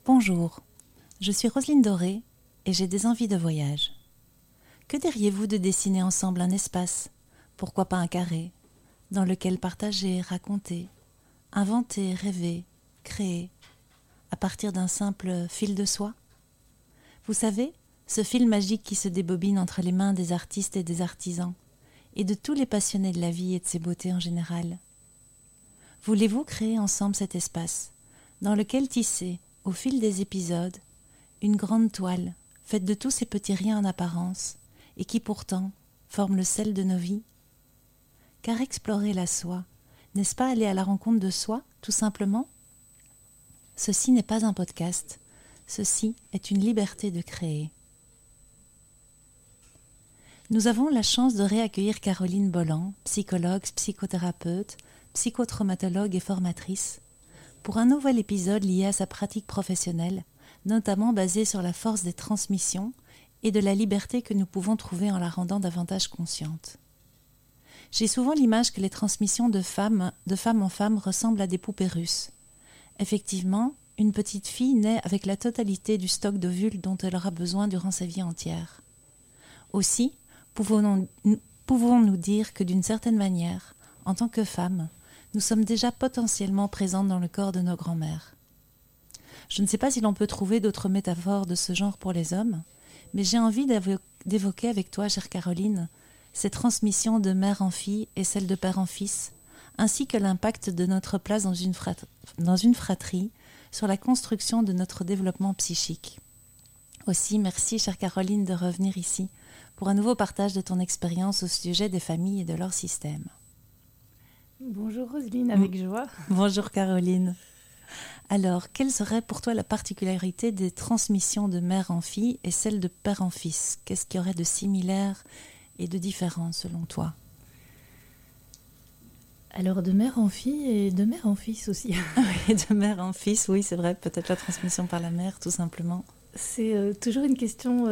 Bonjour, je suis Roselyne Doré et j'ai des envies de voyage. Que diriez-vous de dessiner ensemble un espace, pourquoi pas un carré, dans lequel partager, raconter, inventer, rêver, créer, à partir d'un simple fil de soie? Vous savez, ce fil magique qui se débobine entre les mains des artistes et des artisans, et de tous les passionnés de la vie et de ses beautés en général. Voulez-vous créer ensemble cet espace, dans lequel tisser, au fil des épisodes, une grande toile faite de tous ces petits riens en apparence et qui pourtant forment le sel de nos vies? Car explorer la soi, n'est-ce pas aller à la rencontre de soi, tout simplement? Ceci n'est pas un podcast, ceci est une liberté de créer. Nous avons la chance de réaccueillir Caroline Bolland, psychologue, psychothérapeute, psychotraumatologue et formatrice, pour un nouvel épisode lié à sa pratique professionnelle, notamment basé sur la force des transmissions et de la liberté que nous pouvons trouver en la rendant davantage consciente. J'ai souvent l'image que les transmissions de femme en femme ressemblent à des poupées russes. Effectivement, une petite fille naît avec la totalité du stock d'ovules dont elle aura besoin durant sa vie entière. Aussi, pouvons-nous dire que d'une certaine manière, en tant que femme, nous sommes déjà potentiellement présentes dans le corps de nos grands-mères. Je ne sais pas si l'on peut trouver d'autres métaphores de ce genre pour les hommes, mais j'ai envie d'évoquer avec toi, chère Caroline, ces transmissions de mère en fille et celles de père en fils, ainsi que l'impact de notre place dans une fratrie sur la construction de notre développement psychique. Aussi, merci, chère Caroline, de revenir ici pour un nouveau partage de ton expérience au sujet des familles et de leur système. Bonjour Roselyne, avec joie. Bonjour Caroline. Alors, quelle serait pour toi la particularité des transmissions de mère en fille et celle de père en fils? Qu'est-ce qu'il y aurait de similaire et de différent selon toi? Alors de mère en fille et de mère en fils aussi. Oui, de mère en fils, oui, c'est vrai, peut-être la transmission par la mère, tout simplement. C'est toujours une question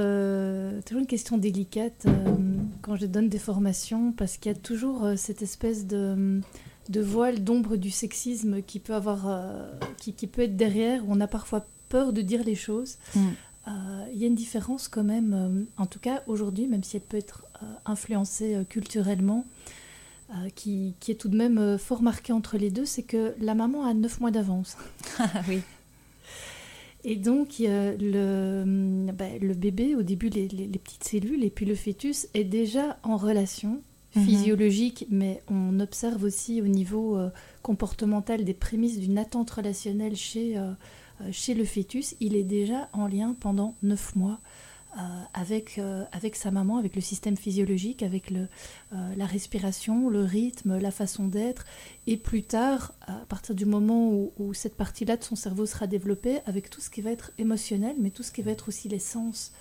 délicate quand je donne des formations, parce qu'il y a toujours cette espèce de voile d'ombre du sexisme qui peut être derrière, où on a parfois peur de dire les choses. Il y a une différence quand même, en tout cas aujourd'hui, même si elle peut être influencée culturellement, qui est tout de même fort marquée entre les deux, c'est que la maman a 9 mois d'avance. Ah oui. Et donc, le bébé, au début, les petites cellules, et puis le fœtus est déjà en relation physiologique, mais on observe aussi au niveau comportemental des prémices d'une attente relationnelle chez le fœtus. Il est déjà en lien pendant 9 mois avec sa maman, avec le système physiologique, avec la respiration, le rythme, la façon d'être. Et plus tard, à partir du moment où cette partie-là de son cerveau sera développée, avec tout ce qui va être émotionnel, mais tout ce qui va être aussi les sens,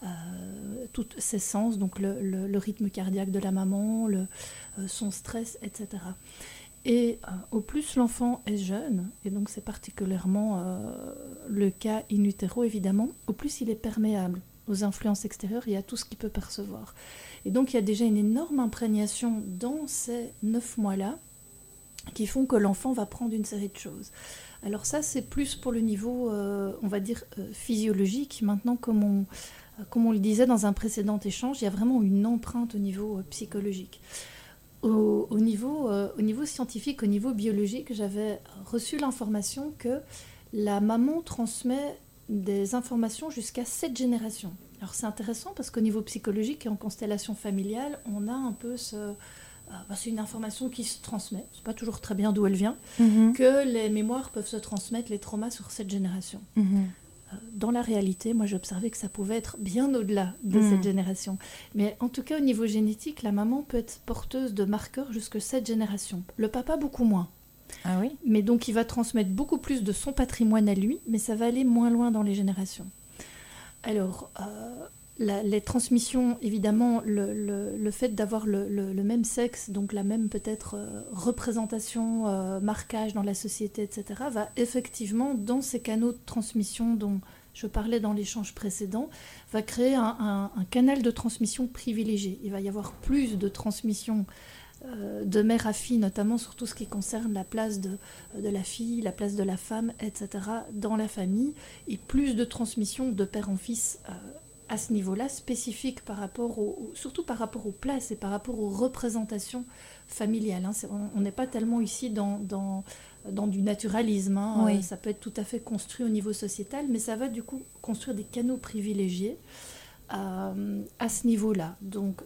tous ces sens, donc le rythme cardiaque de la maman, son stress, etc. Et au plus l'enfant est jeune, et donc c'est particulièrement le cas in utero évidemment, au plus il est perméable aux influences extérieures et à tout ce qu'il peut percevoir. Et donc il y a déjà une énorme imprégnation dans ces 9 mois-là qui font que l'enfant va prendre une série de choses. Alors ça, c'est plus pour le niveau, on va dire, physiologique. Maintenant, comme on le disait dans un précédent échange, il y a vraiment une empreinte au niveau psychologique. Au niveau scientifique, au niveau biologique, j'avais reçu l'information que la maman transmet des informations jusqu'à 7 générations. Alors c'est intéressant parce qu'au niveau psychologique et en constellation familiale, on a un peu c'est une information qui se transmet, c'est pas toujours très bien d'où elle vient, que les mémoires peuvent se transmettre, les traumas sur 7 générations. Dans la réalité, moi j'ai observé que ça pouvait être bien au-delà de cette génération. Mais en tout cas, au niveau génétique, la maman peut être porteuse de marqueurs jusque 7 générations. Le papa, beaucoup moins. Ah oui? Mais donc il va transmettre beaucoup plus de son patrimoine à lui, mais ça va aller moins loin dans les générations. Alors, les transmissions, évidemment, le fait d'avoir le même sexe, donc la même peut-être représentation, marquage dans la société, etc., va effectivement, dans ces canaux de transmission dont je parlais dans l'échange précédent, va créer un canal de transmission privilégié. Il va y avoir plus de transmission de mère à fille, notamment sur tout ce qui concerne la place de la fille, la place de la femme, etc., dans la famille, et plus de transmission de père en fils à ce niveau-là, spécifique par rapport surtout par rapport aux places et par rapport aux représentations familiales. Hein. On n'est pas tellement ici dans du naturalisme. Hein. Oui. Ça peut être tout à fait construit au niveau sociétal, mais ça va du coup construire des canaux privilégiés à ce niveau-là. Donc,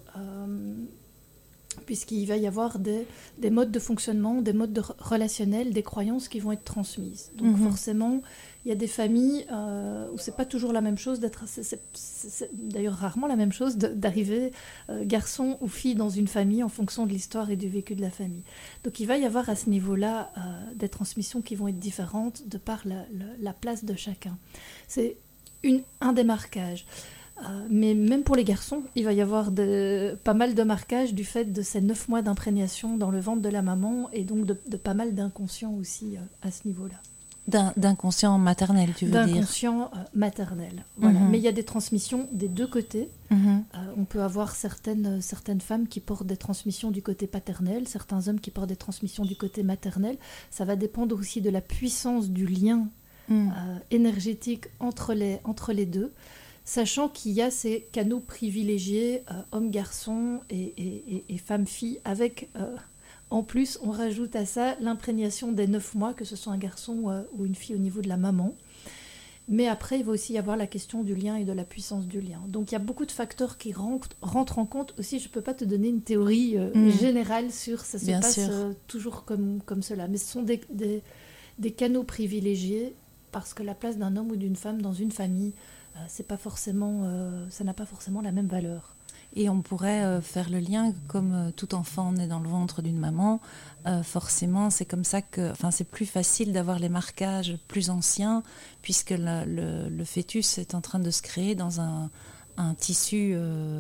puisqu'il va y avoir des modes de fonctionnement, des modes relationnels, des croyances qui vont être transmises. Donc forcément, il y a des familles où c'est pas toujours la même chose c'est d'ailleurs rarement la même chose d'arriver garçon ou fille dans une famille en fonction de l'histoire et du vécu de la famille. Donc il va y avoir à ce niveau-là des transmissions qui vont être différentes de par la place de chacun. C'est un des marquages. Mais même pour les garçons, il va y avoir pas mal de marquages du fait de ces 9 mois d'imprégnation dans le ventre de la maman et donc de pas mal d'inconscient aussi à ce niveau-là. D'inconscient maternel, tu veux dire ? D'inconscient maternel, voilà. Mais il y a des transmissions des deux côtés. On peut avoir certaines femmes qui portent des transmissions du côté paternel, certains hommes qui portent des transmissions du côté maternel. Ça va dépendre aussi de la puissance du lien énergétique entre les deux. Sachant qu'il y a ces canaux privilégiés, hommes-garçons et femmes-filles, avec, en plus, on rajoute à ça l'imprégnation des 9 mois, que ce soit un garçon ou une fille au niveau de la maman. Mais après, il va aussi y avoir la question du lien et de la puissance du lien. Donc il y a beaucoup de facteurs qui rentrent en compte. Aussi, je ne peux pas te donner une théorie générale sur ça se Bien passe sûr. toujours comme cela. Mais ce sont des canaux privilégiés parce que la place d'un homme ou d'une femme dans une famille, c'est pas forcément, ça n'a pas forcément la même valeur. Et on pourrait faire le lien, comme tout enfant né dans le ventre d'une maman, forcément c'est comme ça que, c'est plus facile d'avoir les marquages plus anciens, puisque le fœtus est en train de se créer dans un tissu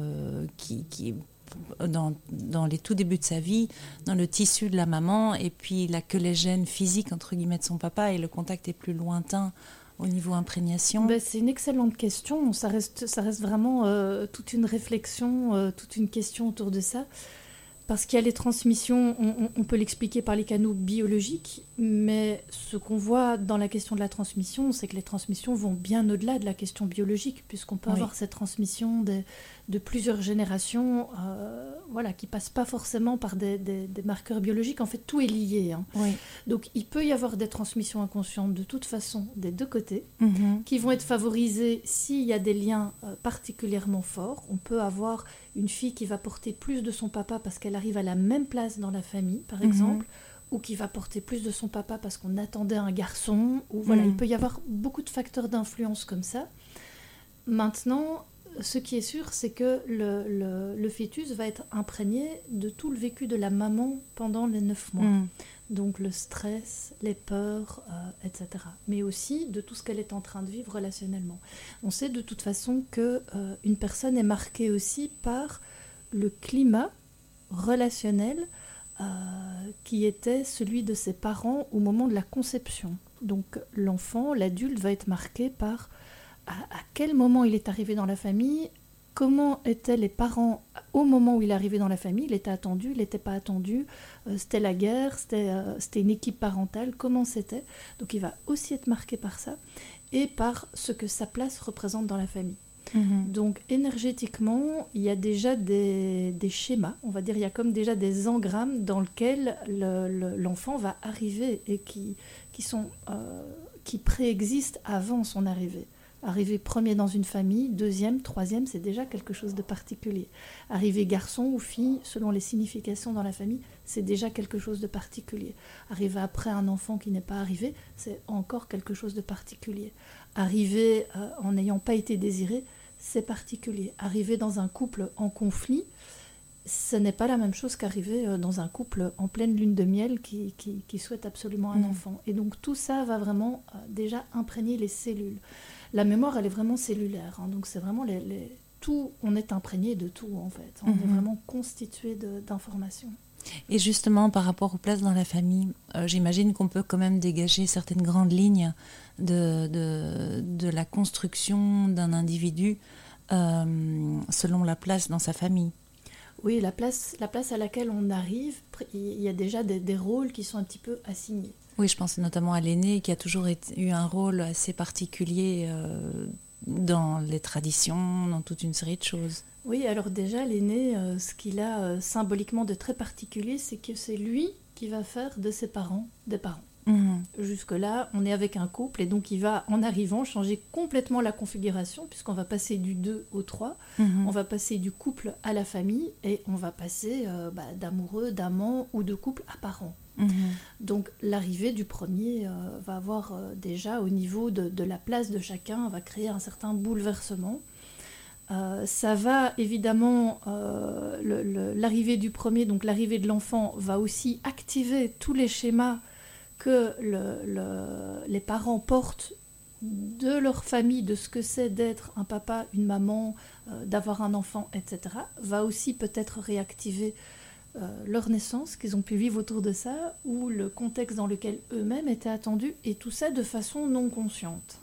qui dans les tout débuts de sa vie, dans le tissu de la maman, et puis il n'a que les gènes physiques entre guillemets de son papa, et le contact est plus lointain au niveau imprégnation. C'est une excellente question. Ça reste vraiment toute une réflexion, toute une question autour de ça. Parce qu'il y a les transmissions, on peut l'expliquer par les canaux biologiques, mais ce qu'on voit dans la question de la transmission, c'est que les transmissions vont bien au-delà de la question biologique, puisqu'on peut avoir cette transmission de plusieurs générations, qui ne passent pas forcément par des marqueurs biologiques. En fait, tout est lié. Hein. Oui. Donc, il peut y avoir des transmissions inconscientes de toute façon des deux côtés, qui vont être favorisées s'il y a des liens particulièrement forts. On peut avoir une fille qui va porter plus de son papa parce qu'elle arrive à la même place dans la famille, par exemple, ou qui va porter plus de son papa parce qu'on attendait un garçon. Ou il peut y avoir beaucoup de facteurs d'influence comme ça. Maintenant, ce qui est sûr, c'est que le fœtus va être imprégné de tout le vécu de la maman pendant les 9 mois. Donc le stress, les peurs, etc. Mais aussi de tout ce qu'elle est en train de vivre relationnellement. On sait de toute façon qu'une personne est marquée aussi par le climat relationnel qui était celui de ses parents au moment de la conception. Donc l'enfant, l'adulte va être marqué par à quel moment il est arrivé dans la famille, comment étaient les parents au moment où il est arrivé dans la famille, il était attendu, il n'était pas attendu, c'était la guerre, c'était une équipe parentale, comment c'était. Donc il va aussi être marqué par ça et par ce que sa place représente dans la famille. Donc énergétiquement, il y a déjà des schémas, on va dire, il y a comme déjà des engrammes dans lesquels l'enfant va arriver et qui préexistent avant son arrivée. Arriver premier dans une famille, deuxième, troisième, c'est déjà quelque chose de particulier. Arriver garçon ou fille, selon les significations dans la famille, c'est déjà quelque chose de particulier. Arriver après un enfant qui n'est pas arrivé, c'est encore quelque chose de particulier. Arriver en n'ayant pas été désiré, c'est particulier. Arriver dans un couple en conflit, ce n'est pas la même chose qu'arriver dans un couple en pleine lune de miel qui souhaite absolument un enfant. Et donc tout ça va vraiment déjà imprégner les cellules. La mémoire, elle est vraiment cellulaire, hein, donc c'est vraiment tout, on est imprégné de tout en fait. On est vraiment constitué d'informations. Et justement, par rapport aux places dans la famille, j'imagine qu'on peut quand même dégager certaines grandes lignes de la construction d'un individu selon la place dans sa famille. Oui, la place à laquelle on arrive, il y a déjà des rôles qui sont un petit peu assignés. Oui, je pense notamment à l'aîné qui a toujours eu un rôle assez particulier dans les traditions, dans toute une série de choses. Oui, alors déjà, l'aîné, ce qu'il a symboliquement de très particulier, c'est que c'est lui qui va faire de ses parents des parents. Jusque-là, on est avec un couple et donc il va, en arrivant, changer complètement la configuration puisqu'on va passer du 2 au 3, on va passer du couple à la famille et on va passer d'amoureux, d'amants ou de couple à parents. Donc l'arrivée du premier va avoir déjà au niveau de la place de chacun, va créer un certain bouleversement. Ça va évidemment, l'arrivée du premier, donc l'arrivée de l'enfant, va aussi activer tous les schémas que les parents portent de leur famille, de ce que c'est d'être un papa, une maman, d'avoir un enfant, etc., va aussi peut-être réactiver leur naissance, qu'ils ont pu vivre autour de ça, ou le contexte dans lequel eux-mêmes étaient attendus, et tout ça de façon non consciente.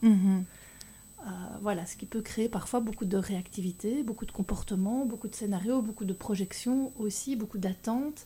Voilà, ce qui peut créer parfois beaucoup de réactivité, beaucoup de comportements, beaucoup de scénarios, beaucoup de projections aussi, beaucoup d'attentes.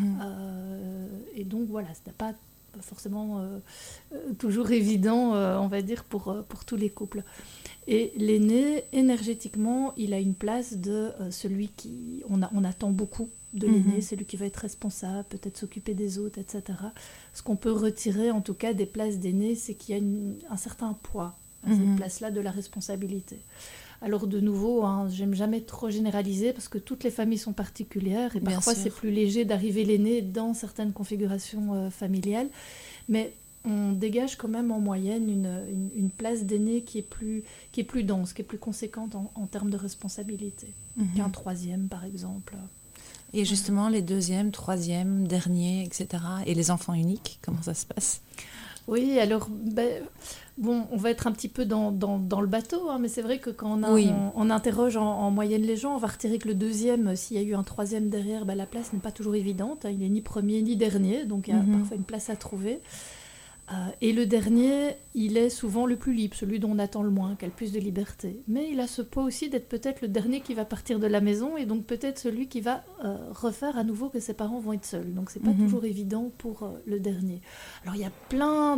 Et donc voilà, ce n'est pas forcément toujours évident, on va dire, pour tous les couples. Et l'aîné, énergétiquement, il a une place de celui qui... On attend beaucoup de l'aîné, c'est lui qui va être responsable, peut-être s'occuper des autres, etc. Ce qu'on peut retirer, en tout cas, des places d'aîné, c'est qu'il y a un certain poids à cette place-là de la responsabilité. Alors de nouveau, j'aime jamais trop généraliser parce que toutes les familles sont particulières et parfois c'est plus léger d'arriver l'aîné dans certaines configurations familiales, mais on dégage quand même en moyenne une place d'aîné qui est plus dense, qui est plus conséquente en termes de responsabilité qu'un troisième par exemple. Et justement les deuxièmes, troisièmes, derniers, etc. Et les enfants uniques, comment ça se passe ? Oui, alors, bon, on va être un petit peu dans le bateau, mais c'est vrai que quand on interroge en moyenne les gens, on va retirer que le deuxième, s'il y a eu un troisième derrière, la place n'est pas toujours évidente. Il n'est ni premier ni dernier, donc il y a parfois une place à trouver. Et le dernier, il est souvent le plus libre, celui dont on attend le moins, qui a le plus de liberté. Mais il a ce poids aussi d'être peut-être le dernier qui va partir de la maison et donc peut-être celui qui va refaire à nouveau que ses parents vont être seuls. Donc c'est pas toujours évident pour le dernier. Alors il y a plein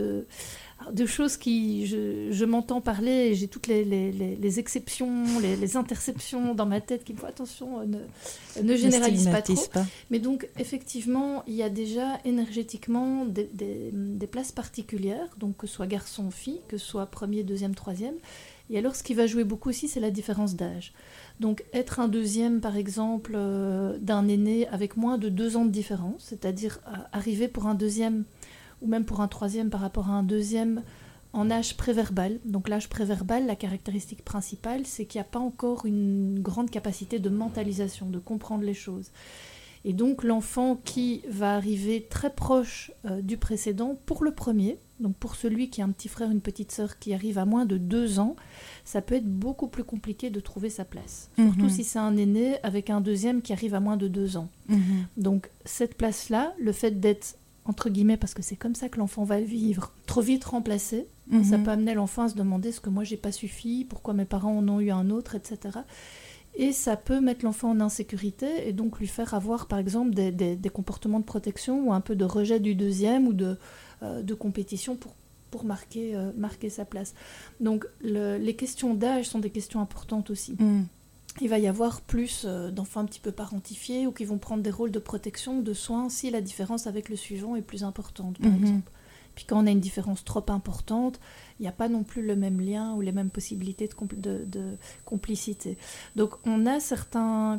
de choses qui... Je m'entends parler et j'ai toutes les exceptions, les interceptions dans ma tête qui me font attention, ne généralise pas trop. Mais donc effectivement, il y a déjà énergétiquement des places particulières, donc que ce soit garçon ou fille, que ce soit premier, deuxième, troisième. Et alors ce qui va jouer beaucoup aussi, c'est la différence d'âge. Donc être un deuxième, par exemple, d'un aîné avec moins de 2 ans de différence, c'est-à-dire arriver pour un deuxième ou même pour un troisième par rapport à un deuxième en âge préverbal. Donc l'âge préverbal, la caractéristique principale, c'est qu'il n'y a pas encore une grande capacité de mentalisation, de comprendre les choses. Et donc l'enfant qui va arriver très proche du précédent pour le premier, donc pour celui qui a un petit frère, une petite sœur qui arrive à moins de 2 ans, ça peut être beaucoup plus compliqué de trouver sa place. Surtout si c'est un aîné avec un deuxième qui arrive à moins de 2 ans. Donc cette place-là, le fait d'être entre guillemets, parce que c'est comme ça que l'enfant va vivre, trop vite remplacé. Ça peut amener l'enfant à se demander est-ce que moi j'ai pas suffi, pourquoi mes parents en ont eu un autre, etc. Et ça peut mettre l'enfant en insécurité et donc lui faire avoir par exemple des comportements de protection ou un peu de rejet du deuxième ou de compétition pour marquer sa place. Donc les questions d'âge sont des questions importantes aussi. Il va y avoir plus d'enfants un petit peu parentifiés ou qui vont prendre des rôles de protection, de soins, si la différence avec le suivant est plus importante, par exemple. Puis quand on a une différence trop importante, il n'y a pas non plus le même lien ou les mêmes possibilités de complicité. Donc on a certaines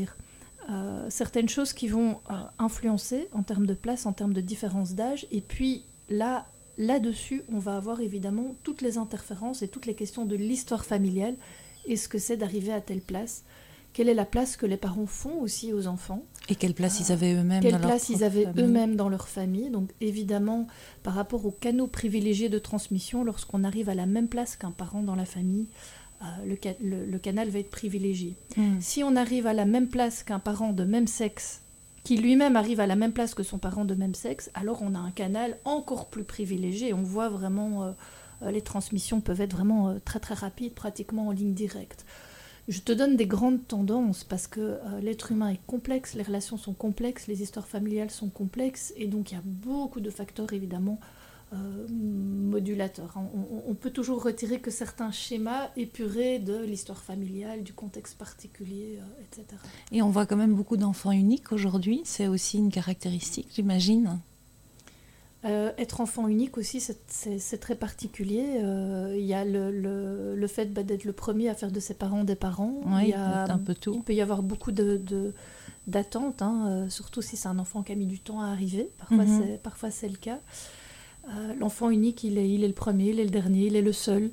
choses qui vont influencer en termes de place, en termes de différence d'âge. Et puis là-dessus, on va avoir évidemment toutes les interférences et toutes les questions de l'histoire familiale. Et ce que c'est d'arriver à telle place. Quelle est la place que les parents font aussi aux enfants. Et quelle place ils avaient eux-mêmes dans leur famille. Donc évidemment, par rapport aux canaux privilégiés de transmission, lorsqu'on arrive à la même place qu'un parent dans la famille, le canal va être privilégié. Si on arrive à la même place qu'un parent de même sexe, qui lui-même arrive à la même place que son parent de même sexe, alors on a un canal encore plus privilégié. On voit vraiment... les transmissions peuvent être vraiment très très rapides, pratiquement en ligne directe. Je te donne des grandes tendances parce que l'être humain est complexe, les relations sont complexes, les histoires familiales sont complexes et donc il y a beaucoup de facteurs évidemment modulateurs. On peut toujours retirer que certains schémas épurés de l'histoire familiale, du contexte particulier, etc. Et on voit quand même beaucoup d'enfants uniques aujourd'hui, c'est aussi une caractéristique, j'imagine. Être enfant unique aussi, c'est très particulier. Il y a le fait d'être le premier à faire de ses parents des parents. Oui, il y a un peu tout. Il peut y avoir beaucoup d'attentes, surtout si c'est un enfant qui a mis du temps à arriver. Parfois, c'est le cas. L'enfant unique, il est le premier, il est le dernier, il est le seul.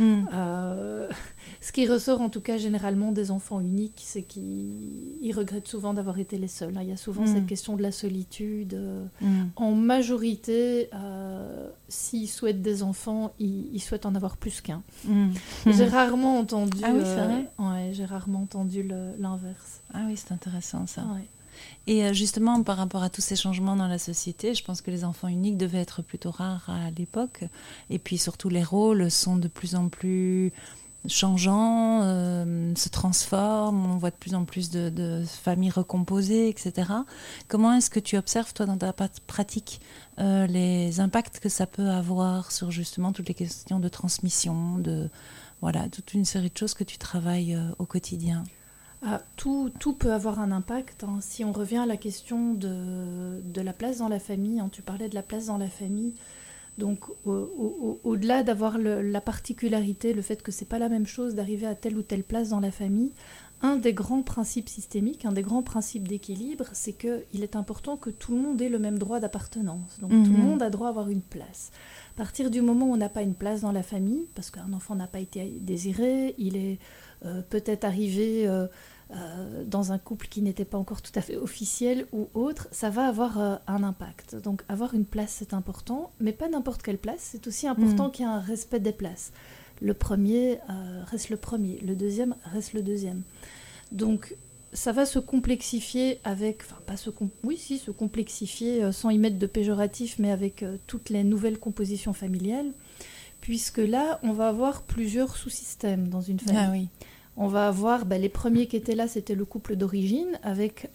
Ce qui ressort en tout cas généralement des enfants uniques, c'est qu'ils regrettent souvent d'avoir été les seuls. Il y a souvent cette question de la solitude. En majorité, s'ils souhaitent des enfants, ils souhaitent en avoir plus qu'un. J'ai rarement entendu, ah oui, c'est vrai j'ai rarement entendu l'inverse. Ah oui, c'est intéressant ça. Ouais. Et justement, par rapport à tous ces changements dans la société, je pense que les enfants uniques devaient être plutôt rares à l'époque. Et puis surtout, les rôles sont de plus en plus changeants, se transforment, on voit de plus en plus de familles recomposées, etc. Comment est-ce que tu observes, toi, dans ta pratique, les impacts que ça peut avoir sur justement toutes les questions de transmission, voilà, toute une série de choses que tu travailles au quotidien? Tout peut avoir un impact. Si on revient à la question de la place dans la famille, tu parlais de la place dans la famille, donc au-delà d'avoir la particularité, le fait que c'est pas la même chose d'arriver à telle ou telle place dans la famille, un des grands principes systémiques, un des grands principes d'équilibre, c'est qu'il est important que tout le monde ait le même droit d'appartenance. Donc tout le monde a droit à avoir une place. À partir du moment où on n'a pas une place dans la famille, parce qu'un enfant n'a pas été désiré, il est peut-être arrivé dans un couple qui n'était pas encore tout à fait officiel ou autre, ça va avoir un impact. Donc avoir une place, c'est important, mais pas n'importe quelle place. C'est aussi important qu'il y ait un respect des places. Le premier reste le premier, le deuxième reste le deuxième. Donc ça va se complexifier avec, se complexifier sans y mettre de péjoratif, mais avec toutes les nouvelles compositions familiales, puisque là, on va avoir plusieurs sous-systèmes dans une famille. Ah oui. On va avoir, les premiers qui étaient là, c'était le couple d'origine, avec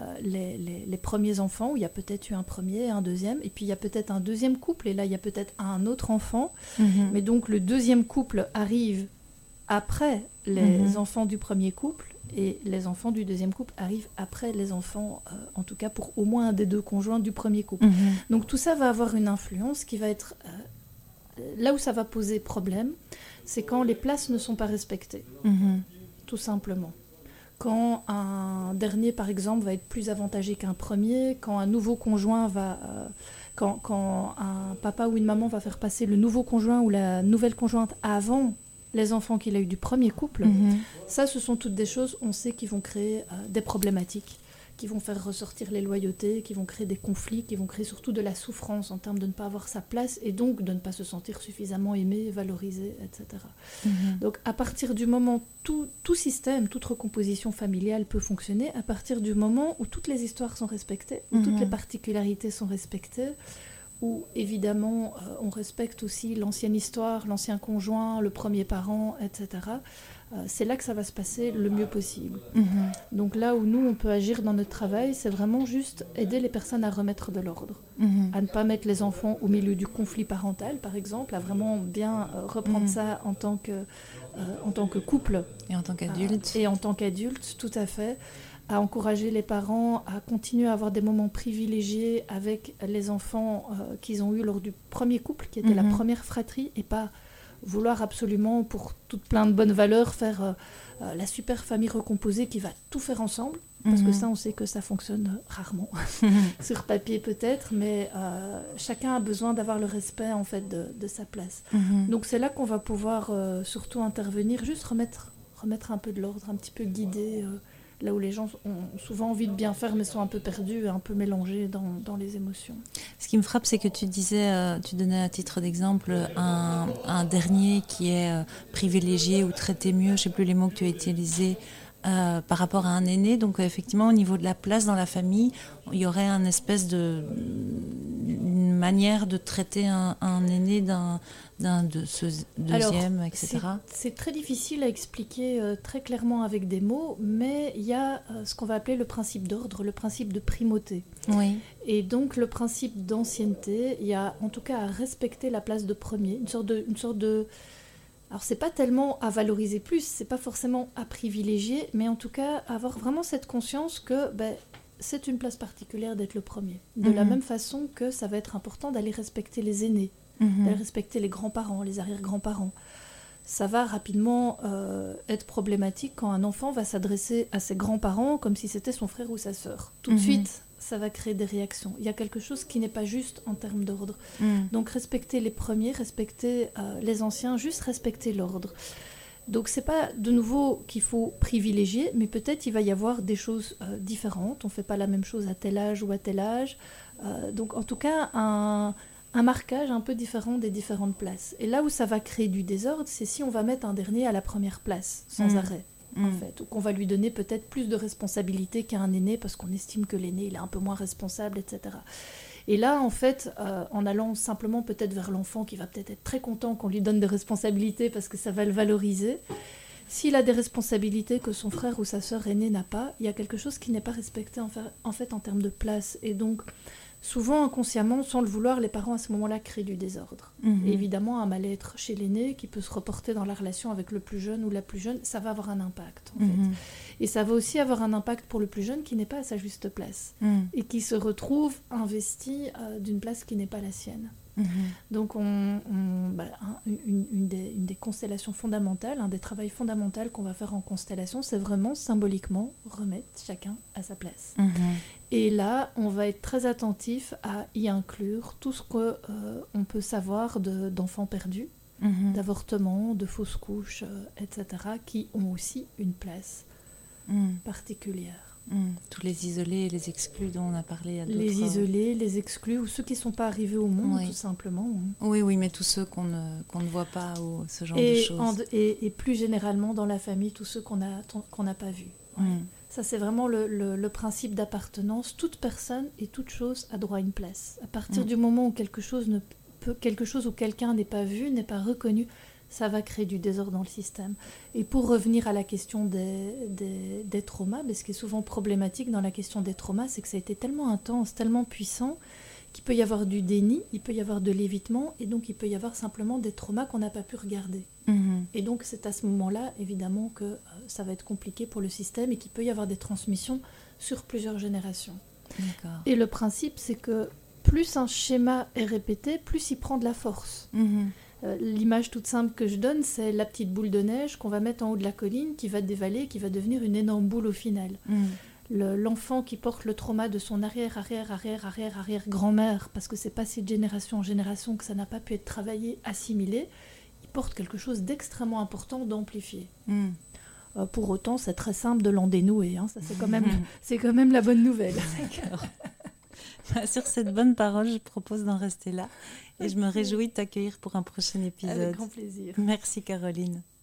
les premiers enfants, où il y a peut-être eu un premier, un deuxième, et puis il y a peut-être un deuxième couple, et là, il y a peut-être un autre enfant. Mais donc, le deuxième couple arrive après les enfants du premier couple, et les enfants du deuxième couple arrivent après les enfants, en tout cas pour au moins un des deux conjoints du premier couple. Donc, tout ça va avoir une influence qui va être... là où ça va poser problème, c'est quand les places ne sont pas respectées. Tout simplement. Quand un dernier, par exemple, va être plus avantagé qu'un premier, quand un nouveau conjoint va... quand un papa ou une maman va faire passer le nouveau conjoint ou la nouvelle conjointe avant les enfants qu'il a eu du premier couple, ça, ce sont toutes des choses, on sait, qui vont créer des problématiques, qui vont faire ressortir les loyautés, qui vont créer des conflits, qui vont créer surtout de la souffrance en termes de ne pas avoir sa place et donc de ne pas se sentir suffisamment aimé, valorisé, etc. Donc à partir du moment, tout système, toute recomposition familiale peut fonctionner à partir du moment où toutes les histoires sont respectées, où toutes les particularités sont respectées, où évidemment on respecte aussi l'ancienne histoire, l'ancien conjoint, le premier parent, etc. C'est là que ça va se passer le mieux possible. Donc là où nous, on peut agir dans notre travail, c'est vraiment juste aider les personnes à remettre de l'ordre, à ne pas mettre les enfants au milieu du conflit parental, par exemple, à vraiment bien reprendre ça en tant que couple. Et en tant qu'adulte. Et en tant qu'adulte, tout à fait. À encourager les parents à continuer à avoir des moments privilégiés avec les enfants qu'ils ont eus lors du premier couple, qui était la première fratrie, et pas vouloir absolument, pour toute plein de bonnes valeurs, faire la super famille recomposée qui va tout faire ensemble, parce que ça, on sait que ça fonctionne rarement, sur papier peut-être, mais chacun a besoin d'avoir le respect en fait de sa place. Donc c'est là qu'on va pouvoir surtout intervenir, juste remettre un peu de l'ordre, un petit peu guider, là où les gens ont souvent envie de bien faire, mais sont un peu perdus et un peu mélangés dans les émotions. Ce qui me frappe, c'est que tu disais, tu donnais à titre d'exemple un dernier qui est privilégié ou traité mieux, je ne sais plus les mots que tu as utilisés, par rapport à un aîné. Donc effectivement, au niveau de la place dans la famille, il y aurait une espèce de manière de traiter un aîné de ce deuxième, etc. C'est très difficile à expliquer très clairement avec des mots, mais il y a ce qu'on va appeler le principe d'ordre, le principe de primauté. Oui. Et donc le principe d'ancienneté, il y a en tout cas à respecter la place de premier, une sorte de alors c'est pas tellement à valoriser plus, c'est pas forcément à privilégier, mais en tout cas avoir vraiment cette conscience que c'est une place particulière d'être le premier. De la même façon que ça va être important d'aller respecter les aînés, d'aller respecter les grands-parents, les arrière-grands-parents. Ça va rapidement être problématique quand un enfant va s'adresser à ses grands-parents comme si c'était son frère ou sa sœur. Tout de suite, ça va créer des réactions. Il y a quelque chose qui n'est pas juste en termes d'ordre. Donc respecter les premiers, respecter les anciens, juste respecter l'ordre. Donc c'est pas de nouveau qu'il faut privilégier, mais peut-être il va y avoir des choses différentes. On fait pas la même chose à tel âge ou à tel âge. Donc en tout cas un marquage un peu différent des différentes places. Et là où ça va créer du désordre, c'est si on va mettre un dernier à la première place, sans arrêt. En fait, ou qu'on va lui donner peut-être plus de responsabilités qu'à un aîné parce qu'on estime que l'aîné il est un peu moins responsable, etc. Et là, en fait, en allant simplement peut-être vers l'enfant qui va peut-être être très content qu'on lui donne des responsabilités parce que ça va le valoriser, s'il a des responsabilités que son frère ou sa sœur aînée n'a pas, il y a quelque chose qui n'est pas respecté en fait en termes de place. Et donc, souvent, inconsciemment, sans le vouloir, les parents à ce moment-là créent du désordre. Et évidemment, un mal-être chez l'aîné qui peut se reporter dans la relation avec le plus jeune ou la plus jeune, ça va avoir un impact, en fait. Et ça va aussi avoir un impact pour le plus jeune qui n'est pas à sa juste place et qui se retrouve investi d'une place qui n'est pas la sienne. Donc, une des constellations fondamentales, un des travaux fondamentaux qu'on va faire en constellation, c'est vraiment symboliquement remettre chacun à sa place. Et là, on va être très attentif à y inclure tout ce qu'on peut savoir d'enfants perdus, d'avortements, de fausses couches, etc., qui ont aussi une place particulière. Tous les isolés et les exclus dont on a parlé. Les isolés, les exclus, ou ceux qui ne sont pas arrivés au monde, tout simplement. Oui, mais tous ceux qu'on ne voit pas, ou ce genre de choses. Et plus généralement, dans la famille, tous ceux qu'on n'a pas vus. Ça, c'est vraiment le principe d'appartenance. Toute personne et toute chose a droit à une place. À partir du moment où quelque chose ou quelqu'un n'est pas vu, n'est pas reconnu, ça va créer du désordre dans le système. Et pour revenir à la question des traumas, ce qui est souvent problématique dans la question des traumas, c'est que ça a été tellement intense, tellement puissant, qu'il peut y avoir du déni, il peut y avoir de l'évitement, et donc il peut y avoir simplement des traumas qu'on n'a pas pu regarder. Et donc c'est à ce moment-là, évidemment, que ça va être compliqué pour le système et qu'il peut y avoir des transmissions sur plusieurs générations. D'accord. Et le principe, c'est que plus un schéma est répété, plus il prend de la force. L'image toute simple que je donne, c'est la petite boule de neige qu'on va mettre en haut de la colline, qui va dévaler, qui va devenir une énorme boule au final. L'enfant qui porte le trauma de son arrière-grand-mère, parce que c'est passé de génération en génération, que ça n'a pas pu être travaillé, assimilé, il porte quelque chose d'extrêmement important, d'amplifié. Pour autant, c'est très simple de l'en dénouer. Ça, c'est quand même la bonne nouvelle. D'accord. Sur cette bonne parole, je propose d'en rester là. Et je me réjouis de t'accueillir pour un prochain épisode. Avec grand plaisir. Merci Caroline.